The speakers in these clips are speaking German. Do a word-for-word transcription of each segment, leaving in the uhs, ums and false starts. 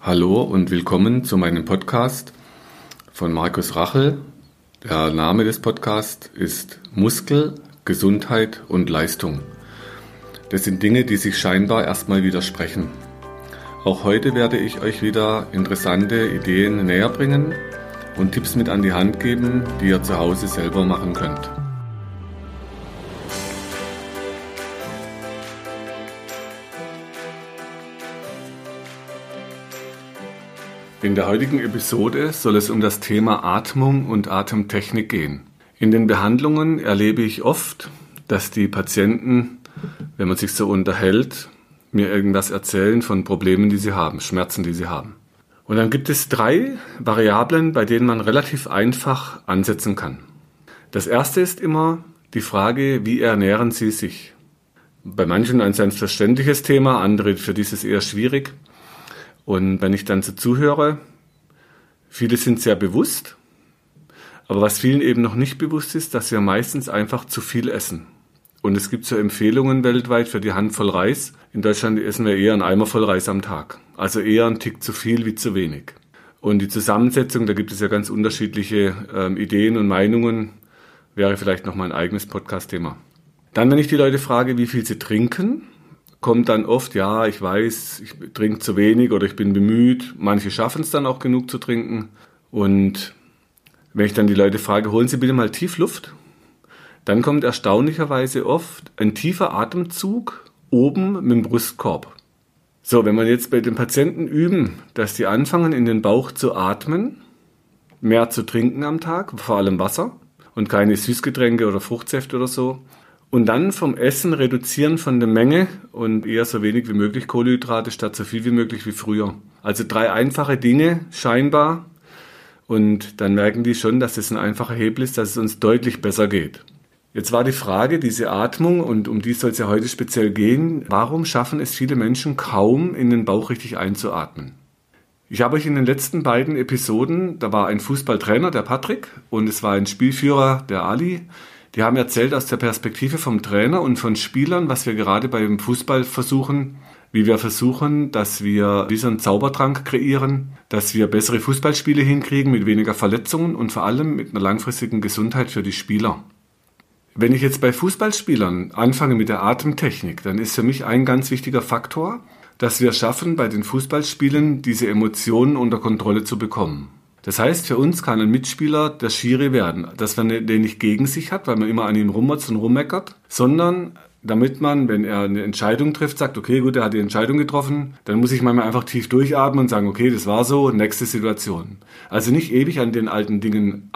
Hallo und willkommen zu meinem Podcast von Markus Rachel. Der Name des Podcasts ist Muskel, Gesundheit und Leistung. Das sind Dinge, die sich scheinbar erstmal widersprechen. Auch heute werde ich euch wieder interessante Ideen näher bringen und Tipps mit an die Hand geben, die ihr zu Hause selber machen könnt. In der heutigen Episode soll es um das Thema Atmung und Atemtechnik gehen. In den Behandlungen erlebe ich oft, dass die Patienten, wenn man sich so unterhält, mir irgendwas erzählen von Problemen, die sie haben, Schmerzen, die sie haben. Und dann gibt es drei Variablen, bei denen man relativ einfach ansetzen kann. Das erste ist immer die Frage, wie ernähren Sie sich? Bei manchen ein selbstverständliches Thema, andere für dieses eher schwierig. Und wenn ich dann so zuhöre, viele sind sehr bewusst, aber was vielen eben noch nicht bewusst ist, dass wir meistens einfach zu viel essen. Und es gibt so Empfehlungen weltweit für die Handvoll Reis. In Deutschland essen wir eher einen Eimer voll Reis am Tag. Also eher ein Tick zu viel wie zu wenig. Und die Zusammensetzung, da gibt es ja ganz unterschiedliche ähm, Ideen und Meinungen, wäre vielleicht noch mal ein eigenes Podcast-Thema. Dann, wenn ich die Leute frage, wie viel sie trinken, kommt dann oft, ja, ich weiß, ich trinke zu wenig oder ich bin bemüht. Manche schaffen es dann auch genug zu trinken. Und wenn ich dann die Leute frage, holen Sie bitte mal tief Luft, dann kommt erstaunlicherweise oft ein tiefer Atemzug oben mit dem Brustkorb. So, wenn man jetzt bei den Patienten üben, dass die anfangen in den Bauch zu atmen, mehr zu trinken am Tag, vor allem Wasser und keine Süßgetränke oder Fruchtsäfte oder so, und dann vom Essen reduzieren von der Menge und eher so wenig wie möglich Kohlenhydrate statt so viel wie möglich wie früher. Also drei einfache Dinge scheinbar und dann merken die schon, dass das ein einfacher Hebel ist, dass es uns deutlich besser geht. Jetzt war die Frage, diese Atmung, und um die soll es ja heute speziell gehen, warum schaffen es viele Menschen kaum, in den Bauch richtig einzuatmen? Ich habe euch in den letzten beiden Episoden, da war ein Fußballtrainer, der Patrick, und es war ein Spielführer, der Ali. Die haben erzählt aus der Perspektive vom Trainer und von Spielern, was wir gerade beim Fußball versuchen, wie wir versuchen, dass wir wie so einen Zaubertrank kreieren, dass wir bessere Fußballspiele hinkriegen mit weniger Verletzungen und vor allem mit einer langfristigen Gesundheit für die Spieler. Wenn ich jetzt bei Fußballspielern anfange mit der Atemtechnik, dann ist für mich ein ganz wichtiger Faktor, dass wir schaffen, bei den Fußballspielen diese Emotionen unter Kontrolle zu bekommen. Das heißt, für uns kann ein Mitspieler der Schiri werden, dass man den nicht gegen sich hat, weil man immer an ihm rummotzt und rummeckert, sondern damit man, wenn er eine Entscheidung trifft, sagt, okay, gut, er hat die Entscheidung getroffen, dann muss ich manchmal einfach tief durchatmen und sagen, okay, das war so, nächste Situation. Also nicht ewig an den alten Dingen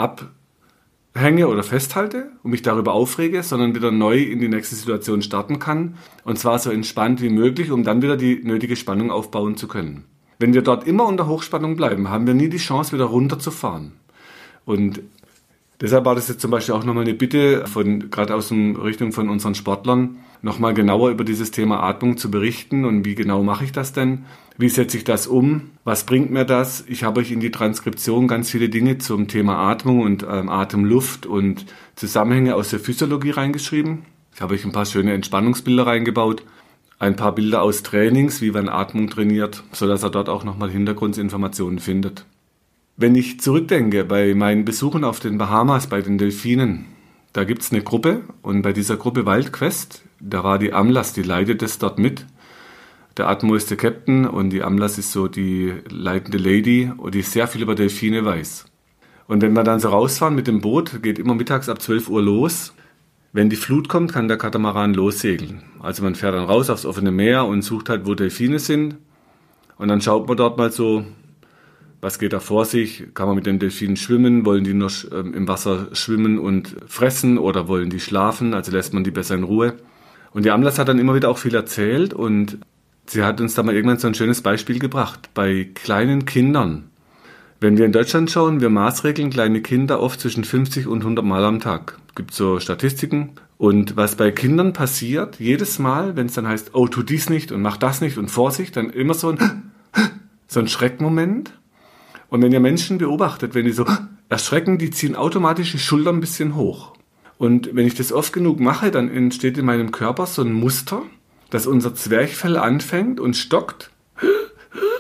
abhänge oder festhalte und mich darüber aufrege, sondern wieder neu in die nächste Situation starten kann und zwar so entspannt wie möglich, um dann wieder die nötige Spannung aufbauen zu können. Wenn wir dort immer unter Hochspannung bleiben, haben wir nie die Chance, wieder runterzufahren. Und deshalb war das jetzt zum Beispiel auch nochmal eine Bitte, von, gerade aus der Richtung von unseren Sportlern, nochmal genauer über dieses Thema Atmung zu berichten. Und wie genau mache ich das denn? Wie setze ich das um? Was bringt mir das? Ich habe euch in die Transkription ganz viele Dinge zum Thema Atmung und ähm, Atemluft und Zusammenhänge aus der Physiologie reingeschrieben. Ich habe euch ein paar schöne Entspannungsbilder reingebaut. Ein paar Bilder aus Trainings, wie man Atmung trainiert, sodass er dort auch nochmal Hintergrundinformationen findet. Wenn ich zurückdenke bei meinen Besuchen auf den Bahamas bei den Delfinen, da gibt es eine Gruppe und bei dieser Gruppe Wildquest, da war die Amlas, die leitet es dort mit. Der Atmo ist der Captain und die Amlas ist so die leitende Lady, die sehr viel über Delfine weiß. Und wenn wir dann so rausfahren mit dem Boot, geht immer mittags ab zwölf Uhr los. Wenn die Flut kommt, kann der Katamaran lossegeln. Also man fährt dann raus aufs offene Meer und sucht halt, wo Delfine sind. Und dann schaut man dort mal so, was geht da vor sich? Kann man mit den Delfinen schwimmen? Wollen die nur ähm, im Wasser schwimmen und fressen oder wollen die schlafen? Also lässt man die besser in Ruhe. Und die Amlas hat dann immer wieder auch viel erzählt und sie hat uns da mal irgendwann so ein schönes Beispiel gebracht. Bei kleinen Kindern. Wenn wir in Deutschland schauen, wir maßregeln kleine Kinder oft zwischen fünfzig und hundert Mal am Tag. Es gibt so Statistiken. Und was bei Kindern passiert, jedes Mal, wenn es dann heißt, oh, tu dies nicht und mach das nicht und Vorsicht, dann immer so ein, so ein Schreckmoment. Und wenn ihr Menschen beobachtet, wenn die so erschrecken, die ziehen automatisch die Schultern ein bisschen hoch. Und wenn ich das oft genug mache, dann entsteht in meinem Körper so ein Muster, dass unser Zwerchfell anfängt und stockt.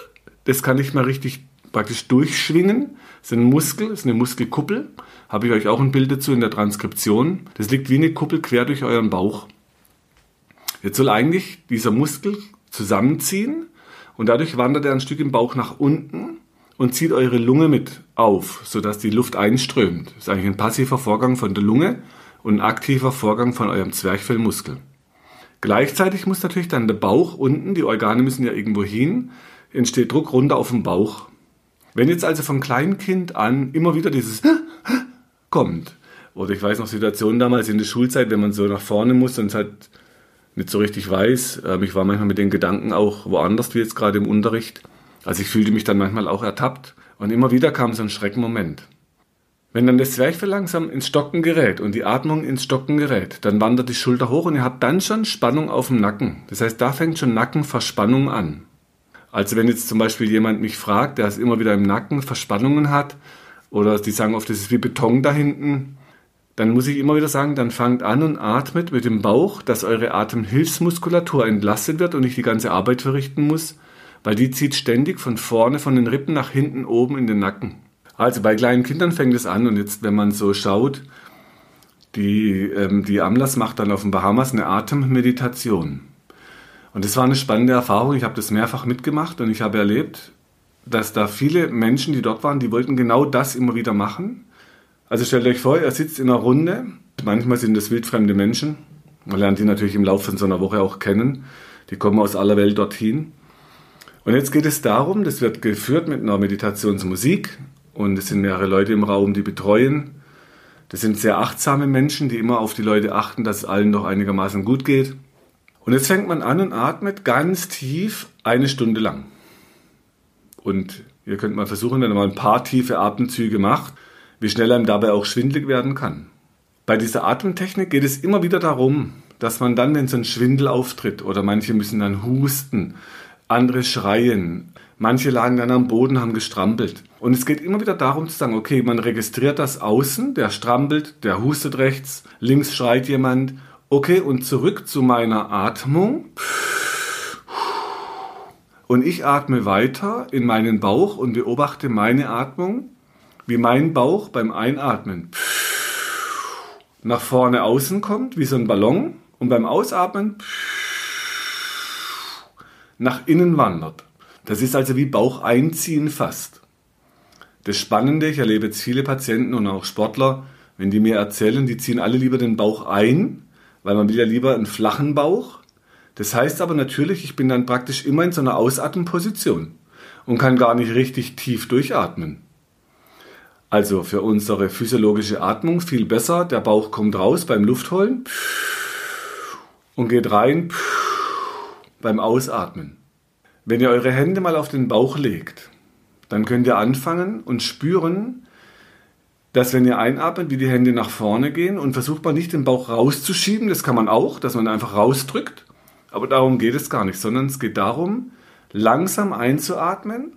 das kann nicht mehr richtig praktisch durchschwingen. Das ist ein Muskel, das ist eine Muskelkuppel. Habe ich euch auch ein Bild dazu in der Transkription. Das liegt wie eine Kuppel quer durch euren Bauch. Jetzt soll eigentlich dieser Muskel zusammenziehen und dadurch wandert er ein Stück im Bauch nach unten und zieht eure Lunge mit auf, sodass die Luft einströmt. Das ist eigentlich ein passiver Vorgang von der Lunge und ein aktiver Vorgang von eurem Zwerchfellmuskel. Gleichzeitig muss natürlich dann der Bauch unten, die Organe müssen ja irgendwo hin, entsteht Druck runter auf den Bauch. Wenn jetzt also vom Kleinkind an immer wieder dieses kommt, oder ich weiß noch Situationen damals in der Schulzeit, wenn man so nach vorne muss und es halt nicht so richtig weiß, ich war manchmal mit den Gedanken auch woanders, wie jetzt gerade im Unterricht, also ich fühlte mich dann manchmal auch ertappt und immer wieder kam so ein Schreckenmoment. Wenn dann das Zwerchfell langsam ins Stocken gerät und die Atmung ins Stocken gerät, dann wandert die Schulter hoch und ihr habt dann schon Spannung auf dem Nacken. Das heißt, da fängt schon Nackenverspannung an. Also wenn jetzt zum Beispiel jemand mich fragt, der es immer wieder im Nacken Verspannungen hat, oder die sagen oft, das ist wie Beton da hinten, dann muss ich immer wieder sagen, dann fangt an und atmet mit dem Bauch, dass eure Atemhilfsmuskulatur entlastet wird und nicht die ganze Arbeit verrichten muss, weil die zieht ständig von vorne, von den Rippen nach hinten oben in den Nacken. Also bei kleinen Kindern fängt es an und jetzt, wenn man so schaut, die, ähm, die Amlas macht dann auf den Bahamas eine Atemmeditation. Und das war eine spannende Erfahrung, ich habe das mehrfach mitgemacht und ich habe erlebt, dass da viele Menschen, die dort waren, die wollten genau das immer wieder machen. Also stellt euch vor, ihr sitzt in einer Runde, manchmal sind das wildfremde Menschen, man lernt die natürlich im Laufe von so einer Woche auch kennen, die kommen aus aller Welt dorthin. Und jetzt geht es darum, das wird geführt mit einer Meditationsmusik und es sind mehrere Leute im Raum, die betreuen. Das sind sehr achtsame Menschen, die immer auf die Leute achten, dass es allen doch einigermaßen gut geht. Und jetzt fängt man an und atmet ganz tief eine Stunde lang. Und ihr könnt mal versuchen, wenn ihr mal ein paar tiefe Atemzüge macht, wie schnell einem dabei auch schwindelig werden kann. Bei dieser Atemtechnik geht es immer wieder darum, dass man dann, wenn so ein Schwindel auftritt, oder manche müssen dann husten, andere schreien, manche lagen dann am Boden, haben gestrampelt. Und es geht immer wieder darum zu sagen, okay, man registriert das Außen, der strampelt, der hustet rechts, links schreit jemand. Okay, und zurück zu meiner Atmung. Und ich atme weiter in meinen Bauch und beobachte meine Atmung, wie mein Bauch beim Einatmen nach vorne außen kommt, wie so ein Ballon, und beim Ausatmen nach innen wandert. Das ist also wie Bauch einziehen fast. Das Spannende, ich erlebe jetzt viele Patienten und auch Sportler, wenn die mir erzählen, die ziehen alle lieber den Bauch ein, weil man will ja lieber einen flachen Bauch. Das heißt aber natürlich, ich bin dann praktisch immer in so einer Ausatmenposition und kann gar nicht richtig tief durchatmen. Also für unsere physiologische Atmung viel besser, der Bauch kommt raus beim Luftholen und geht rein beim Ausatmen. Wenn ihr eure Hände mal auf den Bauch legt, dann könnt ihr anfangen und spüren, dass wenn ihr einatmet, wie die Hände nach vorne gehen und versucht man nicht den Bauch rauszuschieben, das kann man auch, dass man einfach rausdrückt, aber darum geht es gar nicht, sondern es geht darum, langsam einzuatmen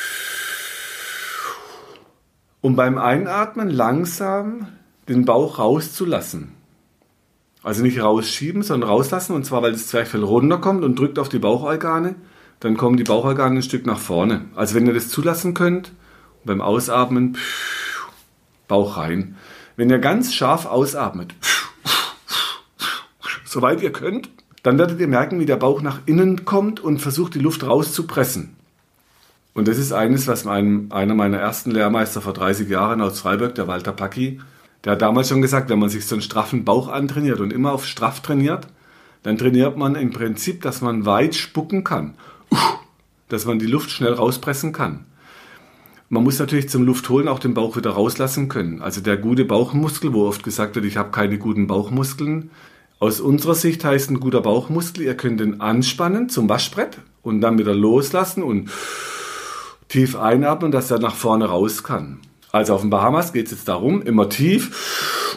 und beim Einatmen langsam den Bauch rauszulassen. Also nicht rausschieben, sondern rauslassen, und zwar, weil das Zwerchfell runterkommt und drückt auf die Bauchorgane, dann kommen die Bauchorgane ein Stück nach vorne. Also wenn ihr das zulassen könnt, beim Ausatmen Bauch rein. Wenn ihr ganz scharf ausatmet, soweit ihr könnt, dann werdet ihr merken, wie der Bauch nach innen kommt und versucht, die Luft rauszupressen. Und das ist eines, was einem, einer meiner ersten Lehrmeister vor dreißig Jahren aus Freiburg, der Walter Packi, der hat damals schon gesagt, wenn man sich so einen straffen Bauch antrainiert und immer auf straff trainiert, dann trainiert man im Prinzip, dass man weit spucken kann, dass man die Luft schnell rauspressen kann. Man muss natürlich zum Luftholen auch den Bauch wieder rauslassen können. Also der gute Bauchmuskel, wo oft gesagt wird, ich habe keine guten Bauchmuskeln. Aus unserer Sicht heißt ein guter Bauchmuskel, ihr könnt den anspannen zum Waschbrett und dann wieder loslassen und tief einatmen, dass er nach vorne raus kann. Also auf den Bahamas geht es jetzt darum, immer tief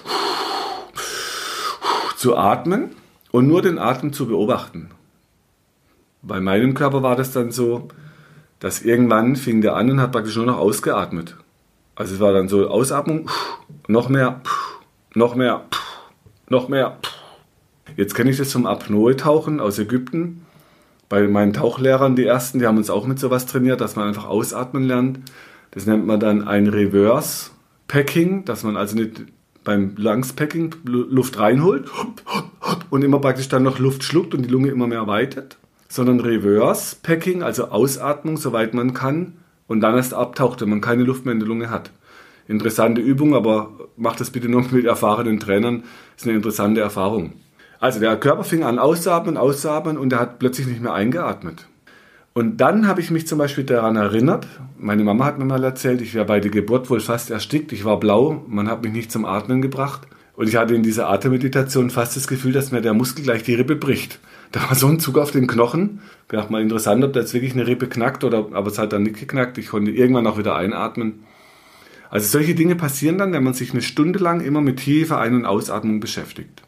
zu atmen und nur den Atem zu beobachten. Bei meinem Körper war das dann so, dass irgendwann fing der an und hat praktisch nur noch ausgeatmet. Also es war dann so Ausatmung, noch mehr, noch mehr, noch mehr. Jetzt kenne ich das vom Apnoe-Tauchen aus Ägypten. Bei meinen Tauchlehrern, die ersten, die haben uns auch mit sowas trainiert, dass man einfach ausatmen lernt. Das nennt man dann ein Reverse Packing, dass man also nicht beim Lungs-Packing Luft reinholt und immer praktisch dann noch Luft schluckt und die Lunge immer mehr weitet, sondern Reverse-Packing, also Ausatmung, soweit man kann und dann erst abtaucht, wenn man keine Luft mehr in der Lunge hat. Interessante Übung, aber macht das bitte nur mit erfahrenen Trainern, das ist eine interessante Erfahrung. Also der Körper fing an auszuatmen, auszuatmen und er hat plötzlich nicht mehr eingeatmet. Und dann habe ich mich zum Beispiel daran erinnert, meine Mama hat mir mal erzählt, ich wäre bei der Geburt wohl fast erstickt, ich war blau, man hat mich nicht zum Atmen gebracht und ich hatte in dieser Atemmeditation fast das Gefühl, dass mir der Muskel gleich die Rippe bricht. Da war so ein Zug auf den Knochen, ich dachte mal interessant, ob da jetzt wirklich eine Rippe knackt, oder, aber es hat dann nicht geknackt, ich konnte irgendwann auch wieder einatmen. Also solche Dinge passieren dann, wenn man sich eine Stunde lang immer mit tiefer Ein- und Ausatmung beschäftigt.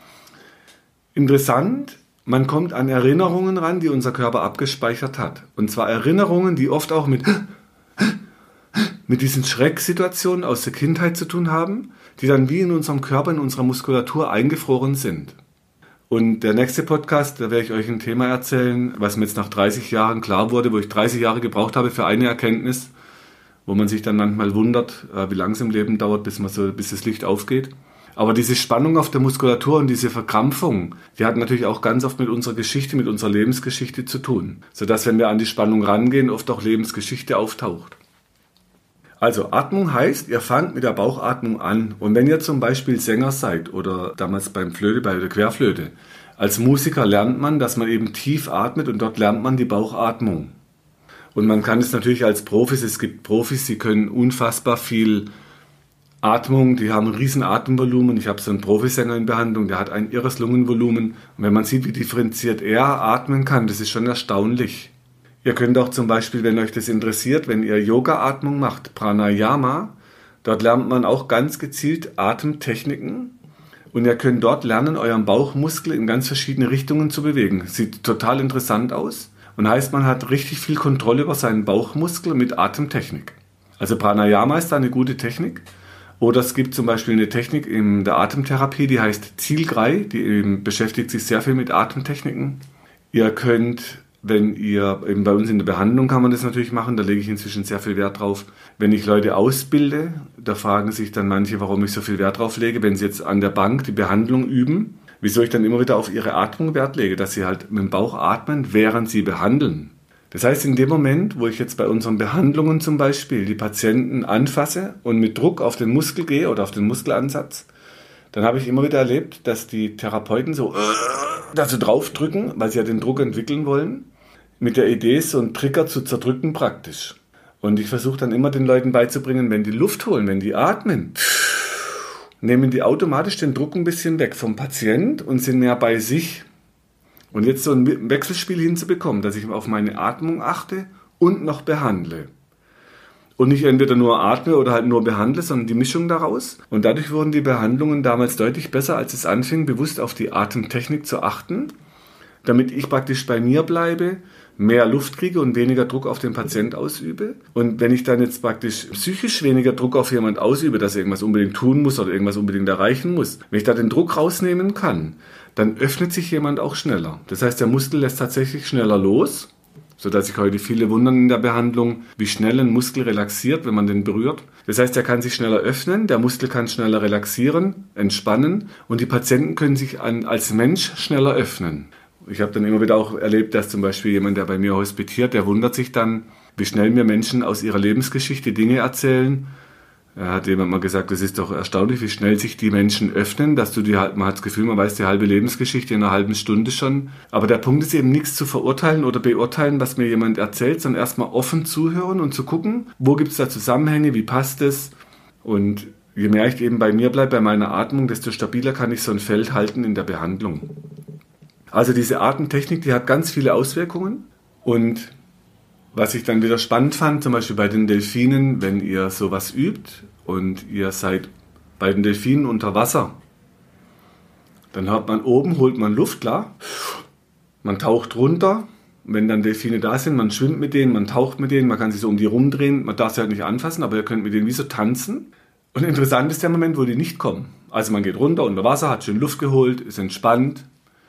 Interessant, man kommt an Erinnerungen ran, die unser Körper abgespeichert hat. Und zwar Erinnerungen, die oft auch mit, mit diesen Schrecksituationen aus der Kindheit zu tun haben, die dann wie in unserem Körper, in unserer Muskulatur eingefroren sind. Und der nächste Podcast, da werde ich euch ein Thema erzählen, was mir jetzt nach dreißig Jahren klar wurde, wo ich dreißig Jahre gebraucht habe für eine Erkenntnis, wo man sich dann manchmal wundert, wie lange es im Leben dauert, bis man so, bis das Licht aufgeht. Aber diese Spannung auf der Muskulatur und diese Verkrampfung, die hat natürlich auch ganz oft mit unserer Geschichte, mit unserer Lebensgeschichte zu tun. Sodass, wenn wir an die Spannung rangehen, oft auch Lebensgeschichte auftaucht. Also Atmung heißt, ihr fangt mit der Bauchatmung an. Und wenn ihr zum Beispiel Sänger seid oder damals beim Flöte, bei der Querflöte, als Musiker lernt man, dass man eben tief atmet und dort lernt man die Bauchatmung. Und man kann es natürlich als Profis, es gibt Profis, die können unfassbar viel Atmung, die haben ein riesen Atemvolumen. Ich habe so einen Profisänger in Behandlung, der hat ein irres Lungenvolumen. Und wenn man sieht, wie differenziert er atmen kann, das ist schon erstaunlich. Ihr könnt auch zum Beispiel, wenn euch das interessiert, wenn ihr Yoga-Atmung macht, Pranayama, dort lernt man auch ganz gezielt Atemtechniken. Und ihr könnt dort lernen, euren Bauchmuskel in ganz verschiedene Richtungen zu bewegen. Sieht total interessant aus und heißt, man hat richtig viel Kontrolle über seinen Bauchmuskel mit Atemtechnik. Also Pranayama ist da eine gute Technik. Oder es gibt zum Beispiel eine Technik in der Atemtherapie, die heißt Zielgrei, die eben beschäftigt sich sehr viel mit Atemtechniken. Ihr könnt, wenn ihr, eben bei uns in der Behandlung kann man das natürlich machen, da lege ich inzwischen sehr viel Wert drauf. Wenn ich Leute ausbilde, da fragen sich dann manche, warum ich so viel Wert drauf lege, wenn sie jetzt an der Bank die Behandlung üben, wieso ich dann immer wieder auf ihre Atmung Wert lege, dass sie halt mit dem Bauch atmen, während sie behandeln. Das heißt, in dem Moment, wo ich jetzt bei unseren Behandlungen zum Beispiel die Patienten anfasse und mit Druck auf den Muskel gehe oder auf den Muskelansatz, dann habe ich immer wieder erlebt, dass die Therapeuten so da so draufdrücken, weil sie ja den Druck entwickeln wollen, mit der Idee, so einen Trigger zu zerdrücken praktisch. Und ich versuche dann immer den Leuten beizubringen, wenn die Luft holen, wenn die atmen, nehmen die automatisch den Druck ein bisschen weg vom Patient und sind mehr bei sich. Und jetzt so ein Wechselspiel hinzubekommen, dass ich auf meine Atmung achte und noch behandle. Und nicht entweder nur atme oder halt nur behandle, sondern die Mischung daraus. Und dadurch wurden die Behandlungen damals deutlich besser, als es anfing, bewusst auf die Atemtechnik zu achten, damit ich praktisch bei mir bleibe, mehr Luft kriege und weniger Druck auf den Patient ausübe. Und wenn ich dann jetzt praktisch psychisch weniger Druck auf jemand ausübe, dass er irgendwas unbedingt tun muss oder irgendwas unbedingt erreichen muss, wenn ich da den Druck rausnehmen kann, dann öffnet sich jemand auch schneller. Das heißt, der Muskel lässt tatsächlich schneller los, sodass sich heute viele wundern in der Behandlung, wie schnell ein Muskel relaxiert, wenn man den berührt. Das heißt, er kann sich schneller öffnen, der Muskel kann schneller relaxieren, entspannen und die Patienten können sich an, als Mensch schneller öffnen. Ich habe dann immer wieder auch erlebt, dass zum Beispiel jemand, der bei mir hospitiert, der wundert sich dann, wie schnell mir Menschen aus ihrer Lebensgeschichte Dinge erzählen. Er hat jemand mal gesagt, es ist doch erstaunlich, wie schnell sich die Menschen öffnen, dass du die, man hat das Gefühl, man weiß die halbe Lebensgeschichte in einer halben Stunde schon. Aber der Punkt ist eben, nichts zu verurteilen oder beurteilen, was mir jemand erzählt, sondern erstmal offen zuhören und zu gucken, wo gibt es da Zusammenhänge, wie passt es. Und je mehr ich eben bei mir bleibe, bei meiner Atmung, desto stabiler kann ich so ein Feld halten in der Behandlung. Also diese Atemtechnik, die hat ganz viele Auswirkungen. Und was ich dann wieder spannend fand, zum Beispiel bei den Delfinen, wenn ihr sowas übt und ihr seid bei den Delfinen unter Wasser, dann hat man oben, holt man Luft, klar, man taucht runter, wenn dann Delfine da sind, man schwimmt mit denen, man taucht mit denen, man kann sich so um die rumdrehen, man darf sie halt nicht anfassen, aber ihr könnt mit denen wie so tanzen. Und interessant ist der Moment, wo die nicht kommen. Also man geht runter unter Wasser, hat schön Luft geholt, ist entspannt,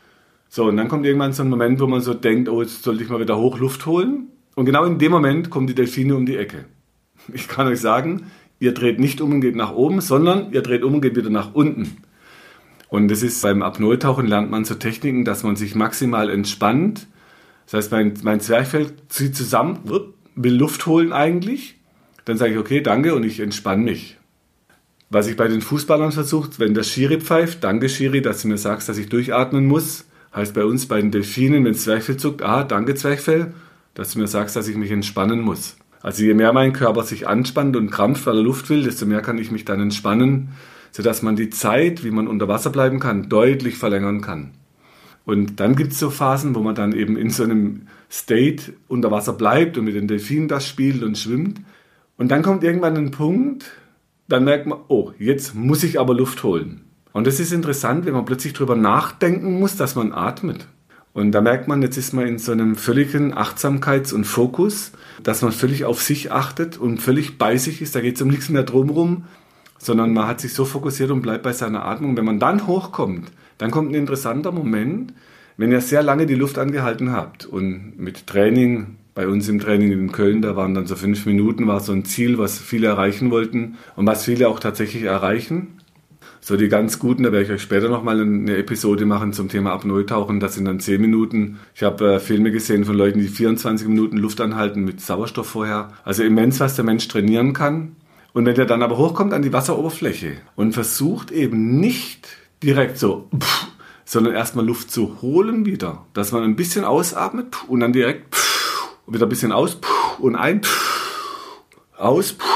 So, und dann kommt irgendwann so ein Moment, wo man so denkt, oh, jetzt sollte ich mal wieder hoch Luft holen. Und genau in dem Moment kommen die Delfine um die Ecke. Ich kann euch sagen, ihr dreht nicht um und geht nach oben, sondern ihr dreht um und geht wieder nach unten. Und das ist beim Apnoe-Tauchen lernt man so Techniken, dass man sich maximal entspannt. Das heißt, mein, mein Zwerchfell zieht zusammen, will Luft holen eigentlich. Dann sage ich, okay, danke, und ich entspanne mich. Was ich bei den Fußballern versuche, wenn der Schiri pfeift, danke Schiri, dass du mir sagst, dass ich durchatmen muss. Heißt bei uns, bei den Delfinen, wenn das Zwerchfell zuckt, ah, danke Zwerchfell, dass du mir sagst, dass ich mich entspannen muss. Also je mehr mein Körper sich anspannt und krampft, weil er Luft will, desto mehr kann ich mich dann entspannen, sodass man die Zeit, wie man unter Wasser bleiben kann, deutlich verlängern kann. Und dann gibt es so Phasen, wo man dann eben in so einem State unter Wasser bleibt und mit den Delfinen das spielt und schwimmt. Und dann kommt irgendwann ein Punkt, dann merkt man, oh, jetzt muss ich aber Luft holen. Und das ist interessant, wenn man plötzlich drüber nachdenken muss, dass man atmet. Und da merkt man, jetzt ist man in so einem völligen Achtsamkeits- und Fokus, dass man völlig auf sich achtet und völlig bei sich ist. Da geht es um nichts mehr drumherum, sondern man hat sich so fokussiert und bleibt bei seiner Atmung. Wenn man dann hochkommt, dann kommt ein interessanter Moment, wenn ihr sehr lange die Luft angehalten habt. Und mit Training, bei uns im Training in Köln, da waren dann so fünf Minuten, war so ein Ziel, was viele erreichen wollten und was viele auch tatsächlich erreichen. So die ganz Guten, da werde ich euch später nochmal eine Episode machen zum Thema Apnoe-Tauchen. Das sind dann zehn Minuten. Ich habe äh, Filme gesehen von Leuten, die vierundzwanzig Minuten Luft anhalten mit Sauerstoff vorher. Also immens, was der Mensch trainieren kann. Und wenn der dann aber hochkommt an die Wasseroberfläche und versucht eben nicht direkt so, pff, sondern erstmal Luft zu holen wieder, dass man ein bisschen ausatmet pff, und dann direkt pff, wieder ein bisschen aus pff, und ein pff, aus, pff,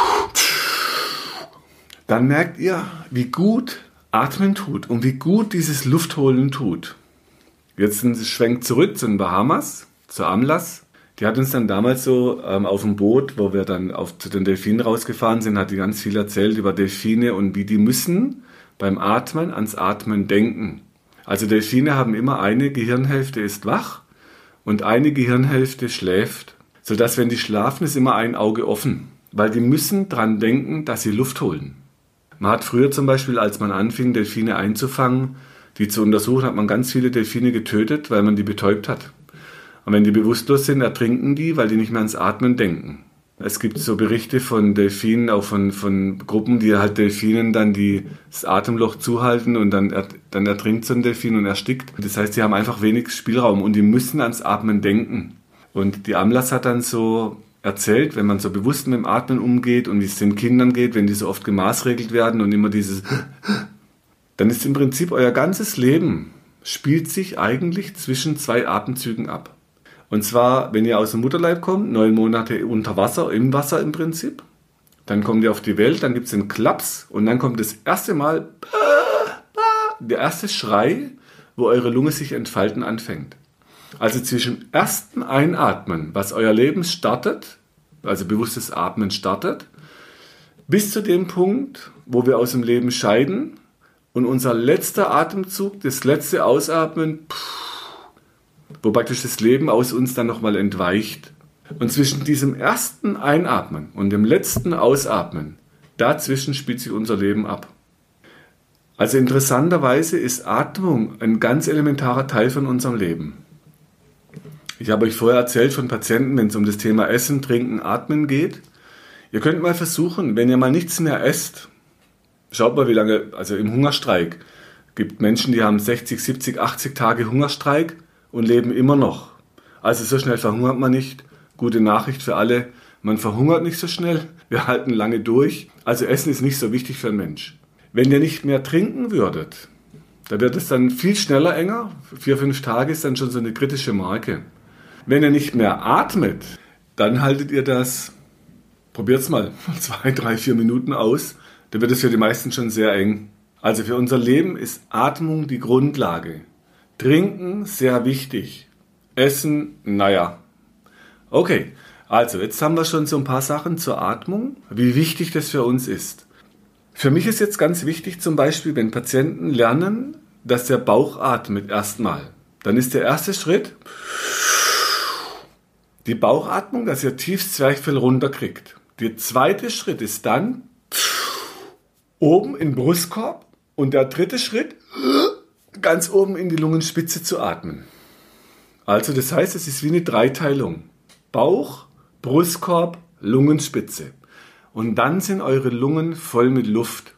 dann merkt ihr, wie gut Atmen tut und wie gut dieses Luftholen tut. Jetzt sind sie schwenkt zurück zu den Bahamas, zu Amlas. Die hat uns dann damals so ähm, auf dem Boot, wo wir dann auf, zu den Delfinen rausgefahren sind, hat die ganz viel erzählt über Delfine und wie die müssen beim Atmen ans Atmen denken. Also Delfine haben immer eine Gehirnhälfte ist wach und eine Gehirnhälfte schläft. Sodass, wenn die schlafen, ist immer ein Auge offen. Weil die müssen dran denken, dass sie Luft holen. Man hat früher zum Beispiel, als man anfing, Delfine einzufangen, die zu untersuchen, hat man ganz viele Delfine getötet, weil man die betäubt hat. Und wenn die bewusstlos sind, ertrinken die, weil die nicht mehr ans Atmen denken. Es gibt so Berichte von Delfinen, auch von, von Gruppen, die halt Delfinen dann die, das Atemloch zuhalten und dann, dann ertrinkt so ein Delfin und erstickt. Das heißt, die haben einfach wenig Spielraum und die müssen ans Atmen denken. Und die Amlas hat dann so erzählt, wenn man so bewusst mit dem Atmen umgeht und wie es den Kindern geht, wenn die so oft gemaßregelt werden und immer dieses, dann ist im Prinzip euer ganzes Leben spielt sich eigentlich zwischen zwei Atemzügen ab. Und zwar, wenn ihr aus dem Mutterleib kommt, neun Monate unter Wasser, im Wasser im Prinzip, dann kommt ihr auf die Welt, dann gibt es einen Klaps und dann kommt das erste Mal der erste Schrei, wo eure Lunge sich entfalten anfängt. Also zwischen ersten Einatmen, was euer Leben startet, also bewusstes Atmen startet, bis zu dem Punkt, wo wir aus dem Leben scheiden und unser letzter Atemzug, das letzte Ausatmen, wo praktisch das Leben aus uns dann nochmal entweicht. Und zwischen diesem ersten Einatmen und dem letzten Ausatmen, dazwischen spielt sich unser Leben ab. Also interessanterweise ist Atmung ein ganz elementarer Teil von unserem Leben. Ich habe euch vorher erzählt von Patienten, wenn es um das Thema Essen, Trinken, Atmen geht. Ihr könnt mal versuchen, wenn ihr mal nichts mehr esst, schaut mal wie lange, also im Hungerstreik, gibt Menschen, die haben sechzig, siebzig, achtzig Tage Hungerstreik und leben immer noch. Also so schnell verhungert man nicht. Gute Nachricht für alle, man verhungert nicht so schnell, wir halten lange durch. Also Essen ist nicht so wichtig für einen Mensch. Wenn ihr nicht mehr trinken würdet, da wird es dann viel schneller enger. Vier, fünf Tage ist dann schon so eine kritische Marke. Wenn ihr nicht mehr atmet, dann haltet ihr das, probiert es mal, zwei, drei, vier Minuten aus. Dann wird es für die meisten schon sehr eng. Also für unser Leben ist Atmung die Grundlage. Trinken sehr wichtig. Essen, naja. Okay, also jetzt haben wir schon so ein paar Sachen zur Atmung, wie wichtig das für uns ist. Für mich ist jetzt ganz wichtig zum Beispiel, wenn Patienten lernen, dass der Bauch atmet erstmal. Dann ist der erste Schritt die Bauchatmung, dass ihr tiefes Zwerchfell runterkriegt. Der zweite Schritt ist dann oben in den Brustkorb und der dritte Schritt ganz oben in die Lungenspitze zu atmen. Also das heißt, es ist wie eine Dreiteilung. Bauch, Brustkorb, Lungenspitze. Und dann sind eure Lungen voll mit Luft.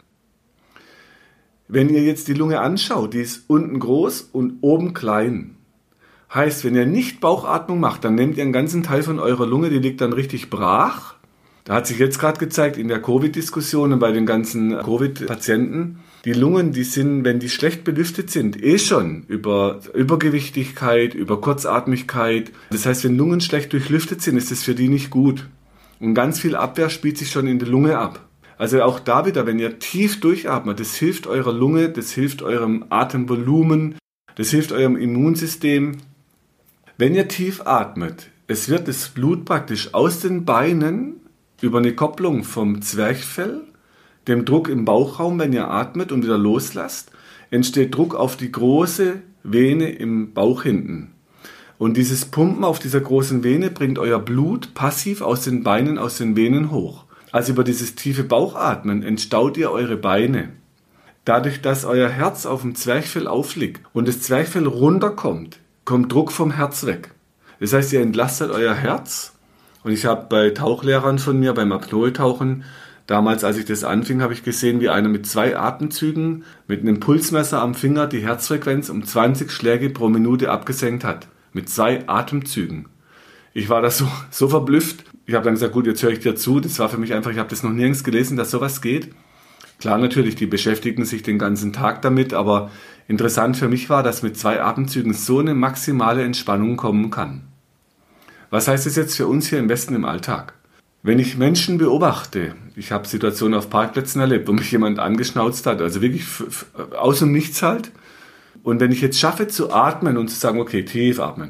Wenn ihr jetzt die Lunge anschaut, die ist unten groß und oben klein. Heißt, wenn ihr nicht Bauchatmung macht, dann nehmt ihr einen ganzen Teil von eurer Lunge, die liegt dann richtig brach. Da hat sich jetzt gerade gezeigt in der Covid-Diskussion und bei den ganzen Covid-Patienten, die Lungen, die sind, wenn die schlecht belüftet sind, eh schon über Übergewichtigkeit, über Kurzatmigkeit. Das heißt, wenn Lungen schlecht durchlüftet sind, ist das für die nicht gut. Und ganz viel Abwehr spielt sich schon in der Lunge ab. Also auch da wieder, wenn ihr tief durchatmet, das hilft eurer Lunge, das hilft eurem Atemvolumen, das hilft eurem Immunsystem. Wenn ihr tief atmet, es wird das Blut praktisch aus den Beinen über eine Kopplung vom Zwerchfell, dem Druck im Bauchraum, wenn ihr atmet und wieder loslasst, entsteht Druck auf die große Vene im Bauch hinten. Und dieses Pumpen auf dieser großen Vene bringt euer Blut passiv aus den Beinen, aus den Venen hoch. Also über dieses tiefe Bauchatmen entstaut ihr eure Beine. Dadurch, dass euer Herz auf dem Zwerchfell aufliegt und das Zwerchfell runterkommt, kommt Druck vom Herz weg. Das heißt, ihr entlastet euer Herz. Und ich habe bei Tauchlehrern von mir, beim Apnoe-Tauchen, damals, als ich das anfing, habe ich gesehen, wie einer mit zwei Atemzügen, mit einem Pulsmesser am Finger die Herzfrequenz um zwanzig Schläge pro Minute abgesenkt hat. Mit zwei Atemzügen. Ich war da so, so verblüfft. Ich habe dann gesagt, gut, jetzt höre ich dir zu. Das war für mich einfach, ich habe das noch nirgends gelesen, dass sowas geht. Klar, natürlich, die beschäftigen sich den ganzen Tag damit, aber interessant für mich war, dass mit zwei Atemzügen so eine maximale Entspannung kommen kann. Was heißt das jetzt für uns hier im Westen im Alltag? Wenn ich Menschen beobachte, ich habe Situationen auf Parkplätzen erlebt, wo mich jemand angeschnauzt hat, also wirklich f- f- aus dem Nichts halt. Und wenn ich jetzt schaffe zu atmen und zu sagen, okay, tief atmen,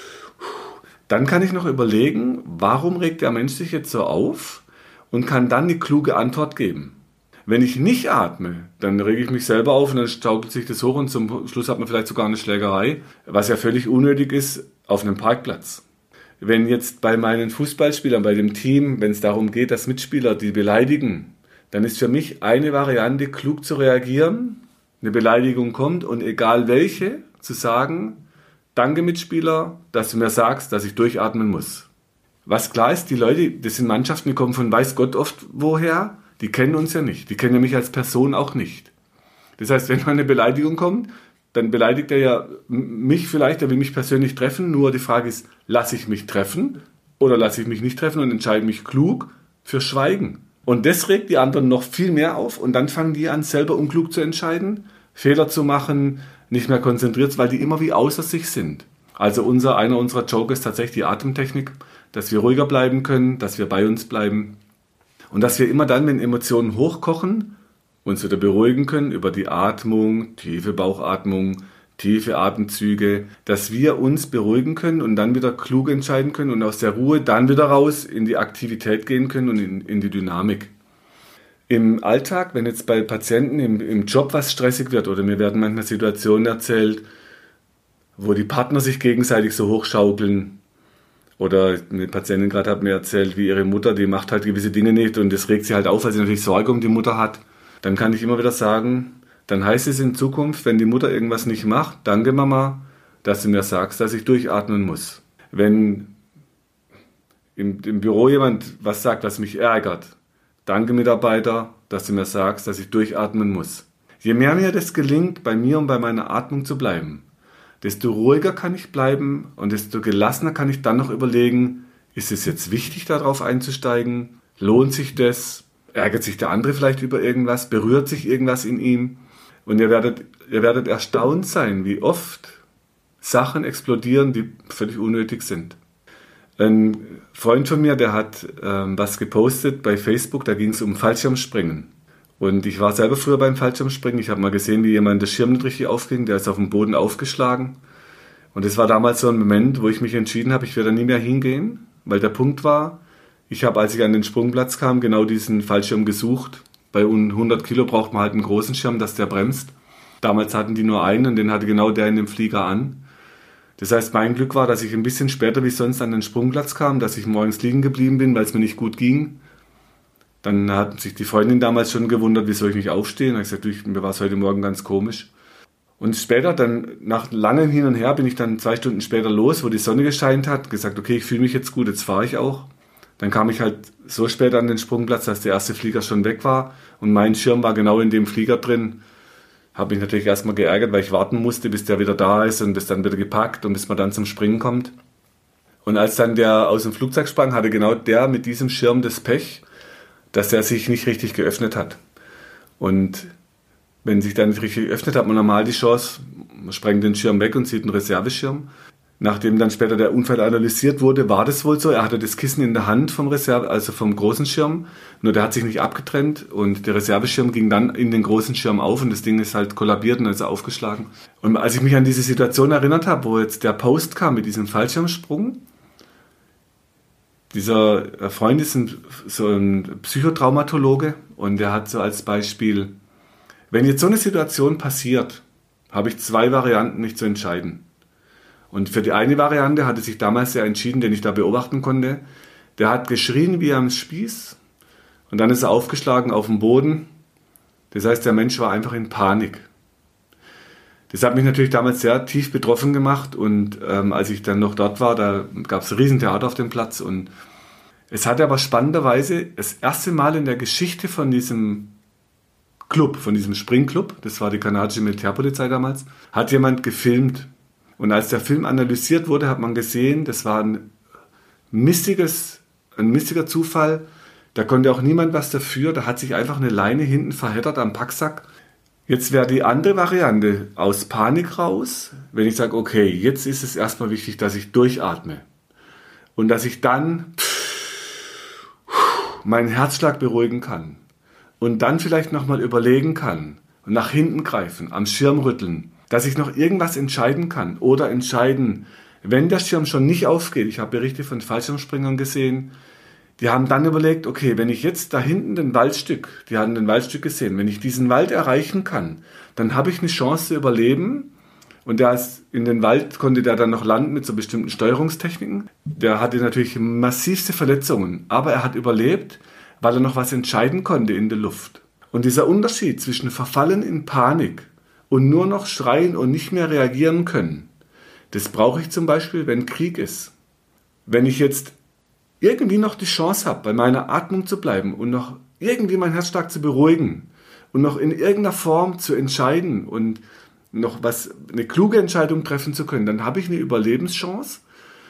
dann kann ich noch überlegen, warum regt der Mensch sich jetzt so auf und kann dann eine kluge Antwort geben. Wenn ich nicht atme, dann rege ich mich selber auf und dann schaukelt sich das hoch und zum Schluss hat man vielleicht sogar eine Schlägerei, was ja völlig unnötig ist auf einem Parkplatz. Wenn jetzt bei meinen Fußballspielern, bei dem Team, wenn es darum geht, dass Mitspieler die beleidigen, dann ist für mich eine Variante, klug zu reagieren, eine Beleidigung kommt und egal welche, zu sagen, danke Mitspieler, dass du mir sagst, dass ich durchatmen muss. Was klar ist, die Leute, das sind Mannschaften, die kommen von weiß Gott oft woher, die kennen uns ja nicht, die kennen ja mich als Person auch nicht. Das heißt, wenn mal eine Beleidigung kommt, dann beleidigt er ja mich vielleicht, er will mich persönlich treffen, nur die Frage ist, lasse ich mich treffen oder lasse ich mich nicht treffen und entscheide mich klug für Schweigen. Und das regt die anderen noch viel mehr auf und dann fangen die an, selber unklug zu entscheiden, Fehler zu machen, nicht mehr konzentriert, weil die immer wie außer sich sind. Also unser, einer unserer Joker ist tatsächlich die Atemtechnik, dass wir ruhiger bleiben können, dass wir bei uns bleiben und dass wir immer dann, wenn Emotionen hochkochen, uns wieder beruhigen können über die Atmung, tiefe Bauchatmung, tiefe Atemzüge, dass wir uns beruhigen können und dann wieder klug entscheiden können und aus der Ruhe dann wieder raus in die Aktivität gehen können und in, in die Dynamik. Im Alltag, wenn jetzt bei Patienten im, im Job was stressig wird oder mir werden manchmal Situationen erzählt, wo die Partner sich gegenseitig so hochschaukeln oder eine Patientin gerade hat mir erzählt, wie ihre Mutter, die macht halt gewisse Dinge nicht und das regt sie halt auf, weil sie natürlich Sorge um die Mutter hat. Dann kann ich immer wieder sagen, dann heißt es in Zukunft, wenn die Mutter irgendwas nicht macht, danke Mama, dass du mir sagst, dass ich durchatmen muss. Wenn im, im Büro jemand was sagt, was mich ärgert, danke Mitarbeiter, dass du mir sagst, dass ich durchatmen muss. Je mehr mir das gelingt, bei mir und bei meiner Atmung zu bleiben, desto ruhiger kann ich bleiben und desto gelassener kann ich dann noch überlegen, ist es jetzt wichtig, darauf einzusteigen? Lohnt sich das? Ärgert sich der andere vielleicht über irgendwas? Berührt sich irgendwas in ihm? Und ihr werdet, ihr werdet erstaunt sein, wie oft Sachen explodieren, die völlig unnötig sind. Ein Freund von mir, der hat ähm, was gepostet bei Facebook, da ging es um Fallschirmspringen. Und ich war selber früher beim Fallschirmspringen. Ich habe mal gesehen, wie jemand das Schirm nicht richtig aufging, der ist auf dem Boden aufgeschlagen. Und es war damals so ein Moment, wo ich mich entschieden habe, ich werde da nie mehr hingehen, weil der Punkt war, ich habe, als ich an den Sprungplatz kam, genau diesen Fallschirm gesucht. Bei hundert Kilo braucht man halt einen großen Schirm, dass der bremst. Damals hatten die nur einen und den hatte genau der in dem Flieger an. Das heißt, mein Glück war, dass ich ein bisschen später wie sonst an den Sprungplatz kam, dass ich morgens liegen geblieben bin, weil es mir nicht gut ging. Dann hat sich die Freundin damals schon gewundert, wieso ich nicht aufstehe. Und ich habe gesagt, du, mir war es heute Morgen ganz komisch. Und später, dann nach langem Hin und Her, bin ich dann zwei Stunden später los, wo die Sonne gescheint hat, gesagt, okay, ich fühle mich jetzt gut, jetzt fahre ich auch. Dann kam ich halt so spät an den Sprungplatz, dass der erste Flieger schon weg war und mein Schirm war genau in dem Flieger drin. Habe mich natürlich erstmal geärgert, weil ich warten musste, bis der wieder da ist und bis dann wieder gepackt und bis man dann zum Springen kommt. Und als dann der aus dem Flugzeug sprang, hatte genau der mit diesem Schirm das Pech, dass der sich nicht richtig geöffnet hat. Und wenn sich der nicht richtig geöffnet hat, hat man normal die Chance, man sprengt den Schirm weg und zieht einen Reserveschirm. Nachdem dann später der Unfall analysiert wurde, war das wohl so. Er hatte das Kissen in der Hand vom Reserve, also vom großen Schirm. Nur der hat sich nicht abgetrennt und der Reserveschirm ging dann in den großen Schirm auf und das Ding ist halt kollabiert und ist aufgeschlagen. Und als ich mich an diese Situation erinnert habe, wo jetzt der Post kam mit diesem Fallschirmsprung, dieser Freund ist ein, so ein Psychotraumatologe und der hat so als Beispiel, wenn jetzt so eine Situation passiert, habe ich zwei Varianten, mich zu entscheiden. Und für die eine Variante hatte sich damals der entschieden, den ich da beobachten konnte. Der hat geschrien wie am Spieß und dann ist er aufgeschlagen auf den Boden. Das heißt, der Mensch war einfach in Panik. Das hat mich natürlich damals sehr tief betroffen gemacht und ähm, als ich dann noch dort war, da gab es ein Riesentheater auf dem Platz und es hatte aber spannenderweise das erste Mal in der Geschichte von diesem Club, von diesem Springclub, das war die kanadische Militärpolizei damals, hat jemand gefilmt. Und als der Film analysiert wurde, hat man gesehen, das war ein mistiges, ein mistiger Zufall. Da konnte auch niemand was dafür. Da hat sich einfach eine Leine hinten verheddert am Packsack. Jetzt wäre die andere Variante aus Panik raus, wenn ich sage, okay, jetzt ist es erstmal wichtig, dass ich durchatme. Und dass ich dann meinen Herzschlag beruhigen kann. Und dann vielleicht nochmal überlegen kann und nach hinten greifen, am Schirm rütteln. Dass ich noch irgendwas entscheiden kann oder entscheiden, wenn der Schirm schon nicht aufgeht. Ich habe Berichte von Fallschirmspringern gesehen, die haben dann überlegt, okay, wenn ich jetzt da hinten den Waldstück, die haben den Waldstück gesehen, wenn ich diesen Wald erreichen kann, dann habe ich eine Chance zu überleben. Und der ist in den Wald konnte der dann noch landen mit so bestimmten Steuerungstechniken. Der hatte natürlich massivste Verletzungen, aber er hat überlebt, weil er noch was entscheiden konnte in der Luft. Und dieser Unterschied zwischen Verfallen in Panik und nur noch schreien und nicht mehr reagieren können, das brauche ich zum Beispiel, wenn Krieg ist. Wenn ich jetzt irgendwie noch die Chance habe, bei meiner Atmung zu bleiben und noch irgendwie meinen Herzschlag zu beruhigen und noch in irgendeiner Form zu entscheiden und noch was, eine kluge Entscheidung treffen zu können, dann habe ich eine Überlebenschance.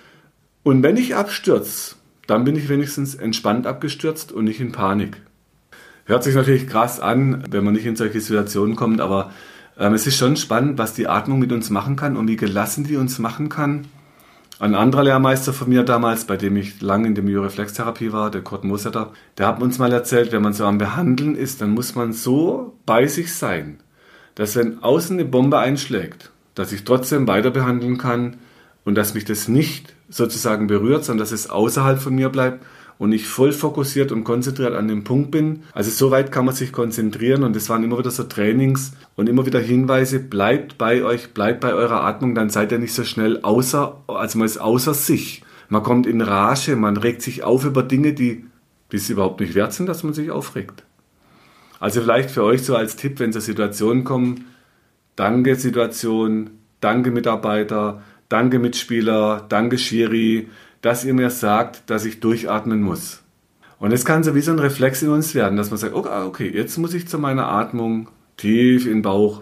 Und wenn ich abstürze, dann bin ich wenigstens entspannt abgestürzt und nicht in Panik. Hört sich natürlich krass an, wenn man nicht in solche Situationen kommt, aber ähm, es ist schon spannend, was die Atmung mit uns machen kann und wie gelassen die uns machen kann. Ein anderer Lehrmeister von mir damals, bei dem ich lange in der Myoreflextherapie war, der Kurt Mosetter, der hat uns mal erzählt, wenn man so am Behandeln ist, dann muss man so bei sich sein, dass wenn außen eine Bombe einschlägt, dass ich trotzdem weiter behandeln kann und dass mich das nicht sozusagen berührt, sondern dass es außerhalb von mir bleibt und ich voll fokussiert und konzentriert an dem Punkt bin. Also so weit kann man sich konzentrieren und das waren immer wieder so Trainings und immer wieder Hinweise, bleibt bei euch, bleibt bei eurer Atmung, dann seid ihr nicht so schnell außer, also man ist außer sich. Man kommt in Rage, man regt sich auf über Dinge, die, die es überhaupt nicht wert sind, dass man sich aufregt. Also vielleicht für euch so als Tipp, wenn so Situationen kommen, danke Situation, danke Mitarbeiter, danke Mitspieler, danke Schiri, dass ihr mir sagt, dass ich durchatmen muss. Und es kann so wie so ein Reflex in uns werden, dass man sagt, okay, okay, jetzt muss ich zu meiner Atmung tief in den Bauch.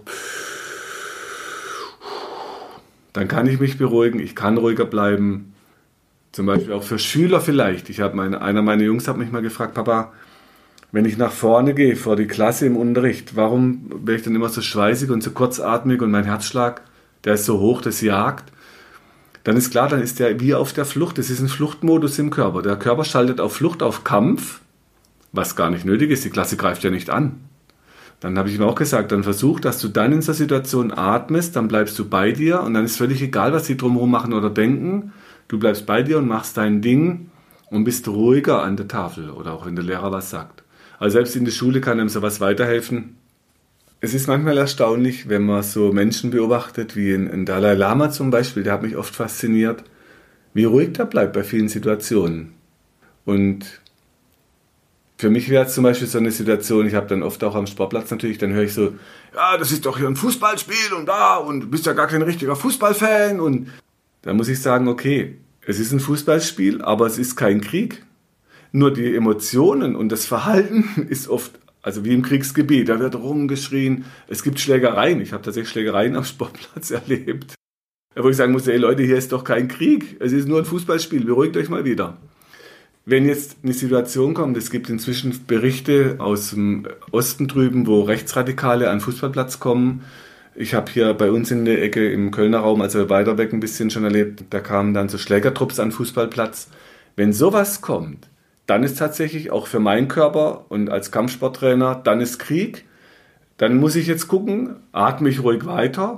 Dann kann ich mich beruhigen, ich kann ruhiger bleiben. Zum Beispiel auch für Schüler vielleicht. Ich habe meine, einer meiner Jungs hat mich mal gefragt, Papa, wenn ich nach vorne gehe, vor die Klasse im Unterricht, warum bin ich dann immer so schweißig und so kurzatmig und mein Herzschlag, der ist so hoch, das jagt? Dann ist klar, dann ist der wie auf der Flucht. Das ist ein Fluchtmodus im Körper. Der Körper schaltet auf Flucht, auf Kampf, was gar nicht nötig ist. Die Klasse greift ja nicht an. Dann habe ich ihm auch gesagt, dann versuch, dass du dann in dieser Situation atmest, dann bleibst du bei dir und dann ist völlig egal, was die drumherum machen oder denken. Du bleibst bei dir und machst dein Ding und bist ruhiger an der Tafel oder auch wenn der Lehrer was sagt. Also selbst in der Schule kann einem sowas weiterhelfen. Es ist manchmal erstaunlich, wenn man so Menschen beobachtet, wie ein Dalai Lama zum Beispiel, der hat mich oft fasziniert, wie ruhig der bleibt bei vielen Situationen. Und Für mich wäre es zum Beispiel so eine Situation, ich habe dann oft auch am Sportplatz natürlich, dann höre ich so, ja, das ist doch hier ein Fußballspiel und da und du bist ja gar kein richtiger Fußballfan. Und da muss ich sagen, okay, es ist ein Fußballspiel, aber es ist kein Krieg. Nur die Emotionen und das Verhalten ist oft, also wie im Kriegsgebiet, da wird rumgeschrien, es gibt Schlägereien. Ich habe tatsächlich Schlägereien am Sportplatz erlebt. Wo ich sagen muss, ey Leute, hier ist doch kein Krieg, es ist nur ein Fußballspiel, beruhigt euch mal wieder. Wenn jetzt eine Situation kommt, es gibt inzwischen Berichte aus dem Osten drüben, wo Rechtsradikale an den Fußballplatz kommen. Ich habe hier bei uns in der Ecke im Kölner Raum, also weiter weg ein bisschen schon erlebt, da kamen dann so Schlägertrupps an den Fußballplatz. Wenn sowas kommt, dann ist tatsächlich auch für meinen Körper und als Kampfsporttrainer, dann ist Krieg. Dann muss ich jetzt gucken, atme ich ruhig weiter,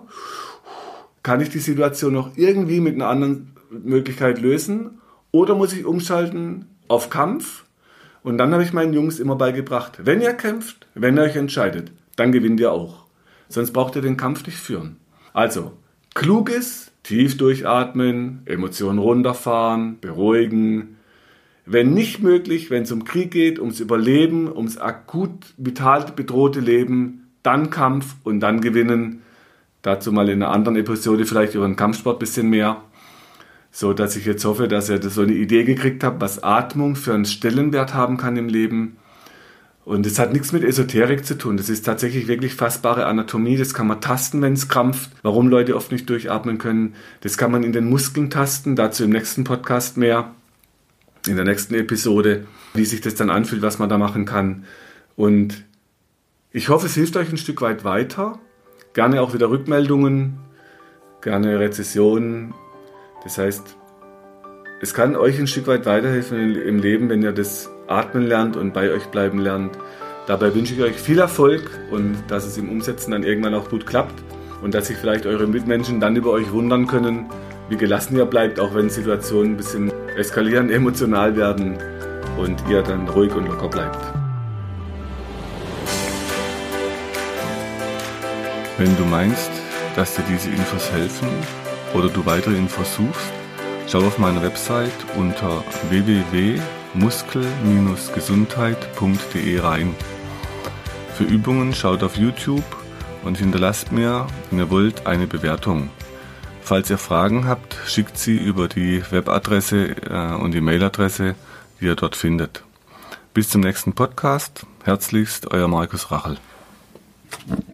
kann ich die Situation noch irgendwie mit einer anderen Möglichkeit lösen oder muss ich umschalten auf Kampf? Und dann habe ich meinen Jungs immer beigebracht, wenn ihr kämpft, wenn ihr euch entscheidet, dann gewinnt ihr auch. Sonst braucht ihr den Kampf nicht führen. Also, klug ist, tief durchatmen, Emotionen runterfahren, beruhigen. Wenn nicht möglich, wenn es um Krieg geht, ums Überleben, ums akut vital bedrohte Leben, dann Kampf und dann gewinnen. Dazu mal in einer anderen Episode vielleicht über den Kampfsport ein bisschen mehr. So dass ich jetzt hoffe, dass ihr so eine Idee gekriegt habt, was Atmung für einen Stellenwert haben kann im Leben. Und es hat nichts mit Esoterik zu tun. Das ist tatsächlich wirklich fassbare Anatomie. Das kann man tasten, wenn es krampft. Warum Leute oft nicht durchatmen können. Das kann man in den Muskeln tasten. Dazu im nächsten Podcast mehr. In der nächsten Episode, wie sich das dann anfühlt, was man da machen kann. Und ich hoffe, es hilft euch ein Stück weit weiter. Gerne auch wieder Rückmeldungen, gerne Rezessionen. Das heißt, es kann euch ein Stück weit weiterhelfen im Leben, wenn ihr das Atmen lernt und bei euch bleiben lernt. Dabei wünsche ich euch viel Erfolg und dass es im Umsetzen dann irgendwann auch gut klappt und dass sich vielleicht eure Mitmenschen dann über euch wundern können, wie gelassen ihr bleibt, auch wenn Situationen ein bisschen eskalieren, emotional werden und ihr dann ruhig und locker bleibt. Wenn du meinst, dass dir diese Infos helfen oder du weitere Infos suchst, schau auf meiner Website unter w w w punkt muskel Bindestrich gesundheit punkt d e rein. Für Übungen schaut auf YouTube und hinterlasst mir, wenn ihr wollt, eine Bewertung. Falls ihr Fragen habt, schickt sie über die Webadresse äh, und die Mailadresse, die ihr dort findet. Bis zum nächsten Podcast. Herzlichst, euer Markus Rachel.